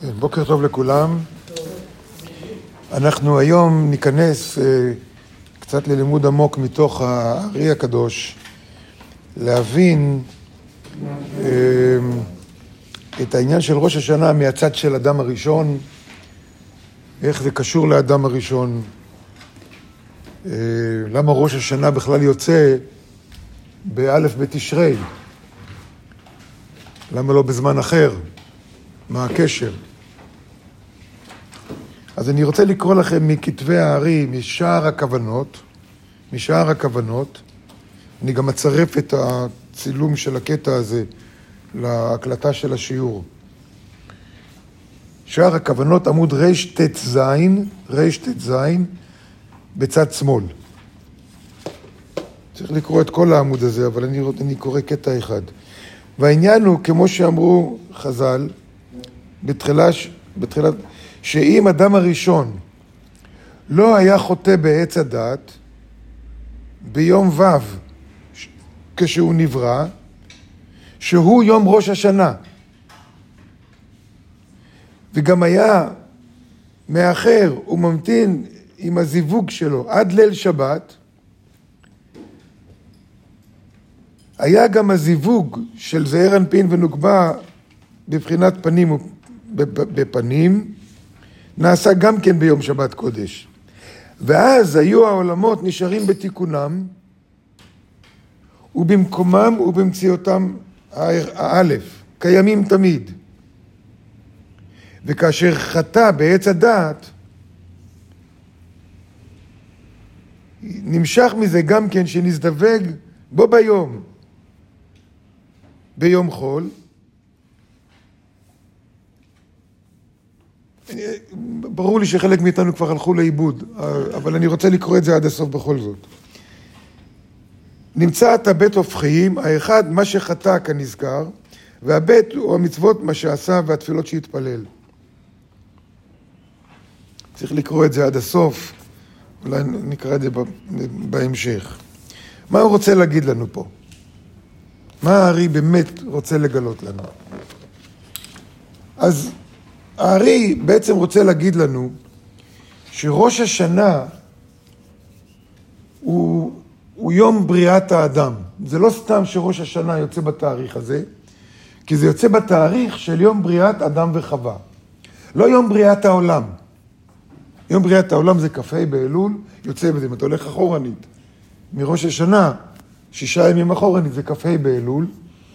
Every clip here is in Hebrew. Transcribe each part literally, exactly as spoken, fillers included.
בוקר טוב לכולם. אנחנו היום ניכנס קצת ללימוד עמוק מתוך הארי הקדוש, להבין את העניין של ראש השנה מהצד של אדם הראשון, איך זה קשור לאדם הראשון, למה ראש השנה בכלל יוצא באלף בתשרי, למה לא בזמן אחר, מה הקשר. אז אני רוצה לקרוא לכם מכתבי הארי, משער הכוונות, משער הכוונות. אני גם אצרף את הצילום של הקטע הזה להקלטה של השיעור. שער הכוונות, עמוד רש תת זין, רש תת זין, בצד שמאל. צריך לקרוא את כל העמוד הזה, אבל אני, אני קורא קטע אחד. והעניין הוא, כמו שאמרו חז"ל, בתחילה, בתחילת, שאם אדם הראשון לא היה חוטא בעץ הדת, ביום ו' כשהוא נברא, שהוא יום ראש השנה, וגם היה מאחר וממתין עם הזיווג שלו עד ליל שבת, היה גם הזיווג של זעיר אנפין ונוקבה בבחינת פנים בפנים, נעשה גם כן ביום שבת קודש. ואז היו העולמות נשארים בתיקונם, ובמקומם ובמציאותם האלף, קיימים תמיד. וכאשר חטא בעץ הדעת, נמשך מזה גם כן שנזדווג בו ביום, ביום חול. ברור לי שחלק מאיתנו כבר הלכו לאיבוד, אבל אני רוצה לקרוא את זה עד הסוף בכל זאת. נמצא את הבית הופכיים, האחד מה שחטא כנזכר, והבית הוא המצוות מה שעשה והתפילות שהתפלל. צריך לקרוא את זה עד הסוף, אולי נקרא את זה בהמשך. מה הוא רוצה להגיד לנו פה? מה הארי באמת רוצה לגלות לנו? אז הארי בעצם רוצה להגיד לנו שראש השנה הוא, הוא יום בריאת האדם. זה לא סתם שראש השנה יוצא בתאריך הזה, כי זה יוצא בתאריך של יום בריאת אדם וחווה. לא יום בריאת העולם. יום בריאת העולם זה כ"ה באלול, יוצא בזה, אם אתה הולך אחורנית. מראש השנה, שישה ימים אחורנית, זה כ"ה באלול.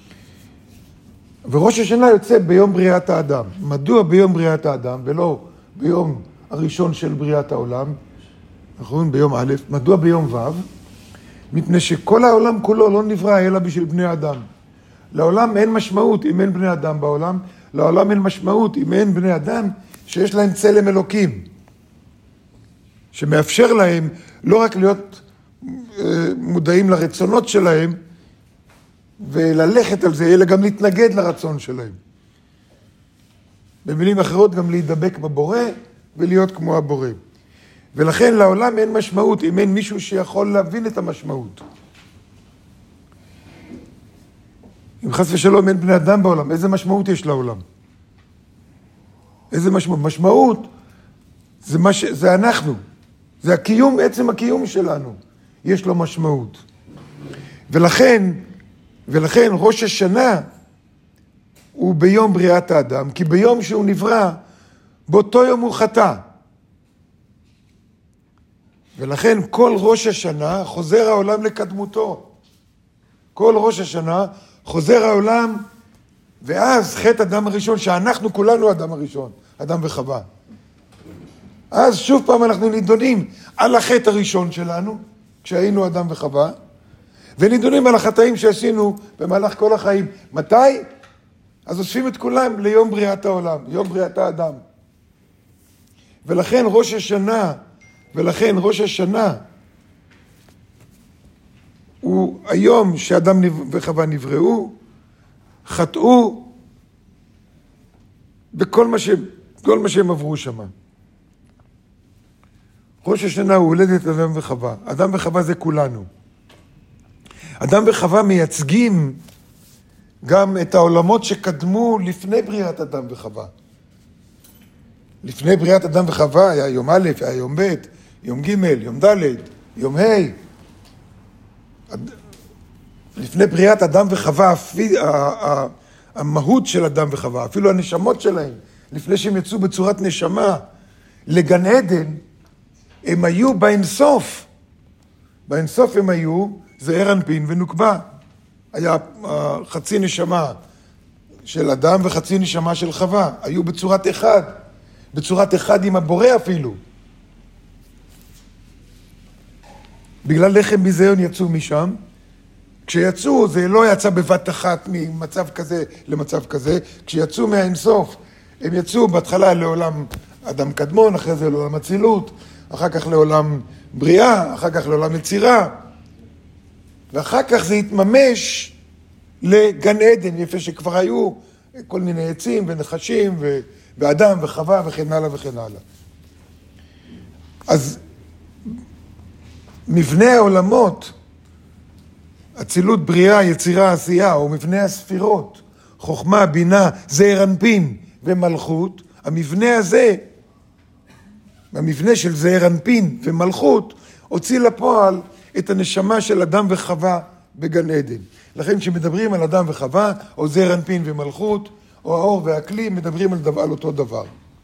וראש השנה יוצא ביום בריאת האדם. מדוע ביום בריאת האדם ולא ביום הראשון של בריאת העולם? נכון? ביום א', מדוע ביום ו'? מפני שכל העולם כולו לא נברא אלא בשביל בני אדם. לעולם אין משמעות אם אין בני אדם בעולם, לעולם אין משמעות אם אין בני אדם שיש להם צלם אלוקים, שמאפשר להם לא רק להיות מודעים לרצונות שלהם, וללכת על זה, אלא גם להתנגד לרצון שלהם. במילים אחרות, גם להידבק בבורא ולהיות כמו הבורא. ולכן לעולם אין משמעות אם אין מישהו שיכול להבין את המשמעות. אם חס ושלום אין בני אדם בעולם, איזה משמעות יש לעולם? איזה משמעות? משמעות זה, מה ש... זה אנחנו. זה הקיום, עצם הקיום שלנו. יש לו משמעות. ולכן, ולכן ראש השנה הוא ביום בריאת האדם, כי ביום שהוא נברא, באותו יום הוא חטא. ולכן כל ראש השנה חוזר העולם לקדמותו. כל ראש השנה חוזר העולם, ואז חטא אדם הראשון, שאנחנו כולנו אדם הראשון, אדם וחווה. אז שוב פעם אנחנו נידונים על החטא הראשון שלנו, כשהיינו אדם וחווה, ונידונים על החטאים שעשינו במהלך כל החיים. מתי? אז אוספים את כולם ליום בריאת העולם, יום בריאת האדם. ולכן ראש השנה, ולכן ראש השנה, הוא היום שאדם וחווה נבראו, חטאו, בכל מה, ש... כל מה שהם עברו שם. ראש השנה הוא הולדת אדם וחווה. אדם וחווה זה כולנו. אדם וחווה מייצגים גם את העולמות שקדמו לפני בריאת אדם וחווה. לפני בריאת אדם וחווה היה יום א', היה יום ב', יום ג', יום ד', יום ה'. לפני בריאת אדם וחווה, המהות של אדם וחווה, אפילו הנשמות שלהם, לפני שהם יצאו בצורת נשמה לגן עדן, הם היו באינסוף. באינסוף הם היו זעיר אנפין ונוקבה. היה חצי נשמה של אדם וחצי נשמה של חווה. היו בצורת אחד, בצורת אחד עם הבורא אפילו. בגלל לחם ביזיון יצאו משם. כשיצאו זה לא יצא בבת אחת ממצב כזה למצב כזה. כשיצאו מהאינסוף, הם יצאו בהתחלה לעולם אדם קדמון, אחרי זה לעולם אצילות, אחר כך לעולם בריאה, אחר כך לעולם יצירה, ואחר כך זה התממש לגן עדן, יפה שכבר היו כל מיני עצים ונחשים ו... ואדם וחווה וכן הלאה וכן הלאה. אז מבנה העולמות, אצילות, בריאה, יצירה, עשייה, או מבנה הספירות, חוכמה, בינה, זעיר אנפין ומלכות, המבנה הזה, המבנה של זעיר אנפין ומלכות, הוציא לפועל את הנשמה של אדם וחווה בגן עדן. לכן כשמדברים על אדם וחווה, או זעיר אנפין ומלכות, או האור והכלי, מדברים על, דבר, על אותו דבר.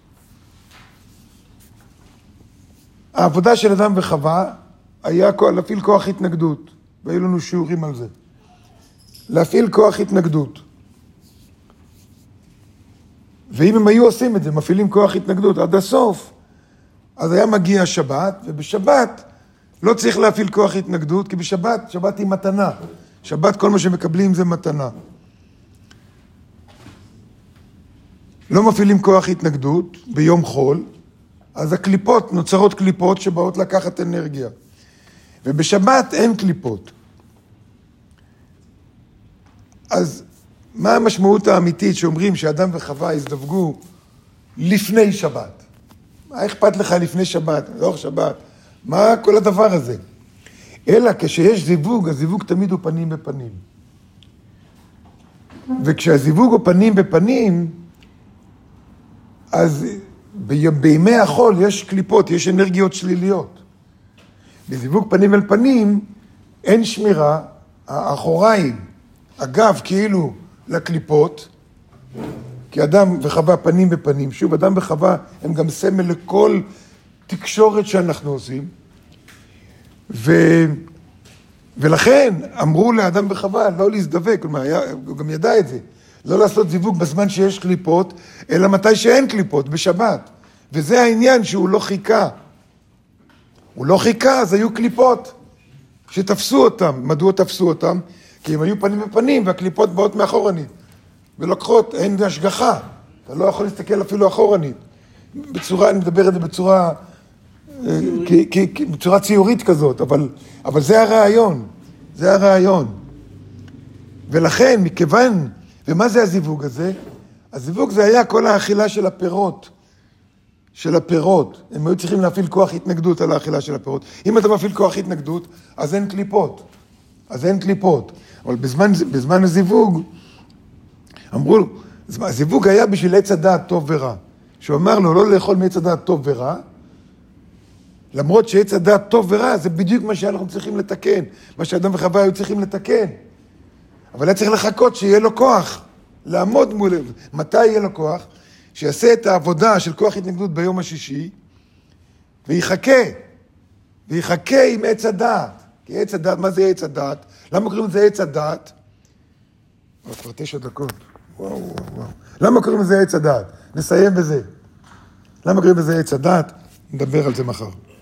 העבודה של אדם וחווה היה להפעיל כוח התנגדות, והיו לנו שיעורים על זה. להפעיל כוח התנגדות. ואם הם היו עושים את זה, מפעילים כוח התנגדות עד הסוף, אז היה מגיע השבת, ובשבת לא צריך להפעיל כוח התנגדות, כי בשבת, שבת היא מתנה. שבת כל מה שמקבלים זה מתנה. לא מפעילים כוח התנגדות ביום חול, אז הקליפות, נוצרות קליפות שבאות לקחת אנרגיה. ובשבת אין קליפות. אז מה המשמעות האמיתית שאומרים שאדם וחווה יזדווגו לפני שבת? מה אכפת לך לפני שבת, לא שבת? מה כל הדבר הזה? אלא כשיש זיווג, הזיווג תמיד הוא פנים בפנים. וכשהזיווג הוא פנים בפנים, אז בימי החול יש קליפות, יש אנרגיות שליליות. בזיווג פנים אל פנים אין שמירה, האחוריים, הגב כאילו לקליפות, כי אדם וחווה פנים בפנים, שוב, אדם וחווה הם גם סמל לכל תקשורת שאנחנו עושים, ו... ולכן אמרו לאדם וחווה לא להזדווג, כלומר, היה, הוא גם ידע את זה, לא לעשות זיווג בזמן שיש קליפות, אלא מתי שאין קליפות, בשבת. וזה העניין שהוא לא חיכה. הוא לא חיכה, אז היו קליפות שתפסו אותם. מדוע תפסו אותם? כי הם היו פנים בפנים, והקליפות באות מאחורנית. ולוקחות, אין השגחה. אתה לא יכול להסתכל אפילו אחורנית. בצורה, אני מדבר את זה בצורה, כי, כי, כי, בצורה ציורית כזאת, אבל, אבל זה הרעיון. זה הרעיון. ולכן, מכיוון, ומה זה הזיווג הזה? הזיווג זה היה כל האכילה של הפירות. של הפירות. הם היו צריכים להפעיל כוח התנגדות על האכילה של הפירות. אם אתה מפעיל כוח התנגדות, אז אין קליפות. אז אין קליפות. אבל בזמן, בזמן הזיווג, אמרו, הזיווג היה בשביל עץ הדעת טוב ורע. שהוא אמר לו לא לאכול מעץ הדעת טוב ורע, למרות שעץ הדעת טוב ורע, זה בדיוק מה שאנחנו צריכים לתקן. מה שאדם וחווה היו צריכים לתקן. אבל היה צריך לחכות שיהיה לו כוח. לעמוד מול... מתי יהיה לו כוח? שיעשה את העבודה של כוח התנגדות ביום השישי, ויחכה. ויחכה עם עץ הדעת. כי עץ הדעת, מה זה עץ הדעת? למה קוראים לזה עץ הדעת? כבר תשע דקות. וואו, וואו, וואו. למה קוראים לזה עץ הדעת? נסיים בזה. למה קוראים לזה עץ הדעת? נדבר על זה מחר.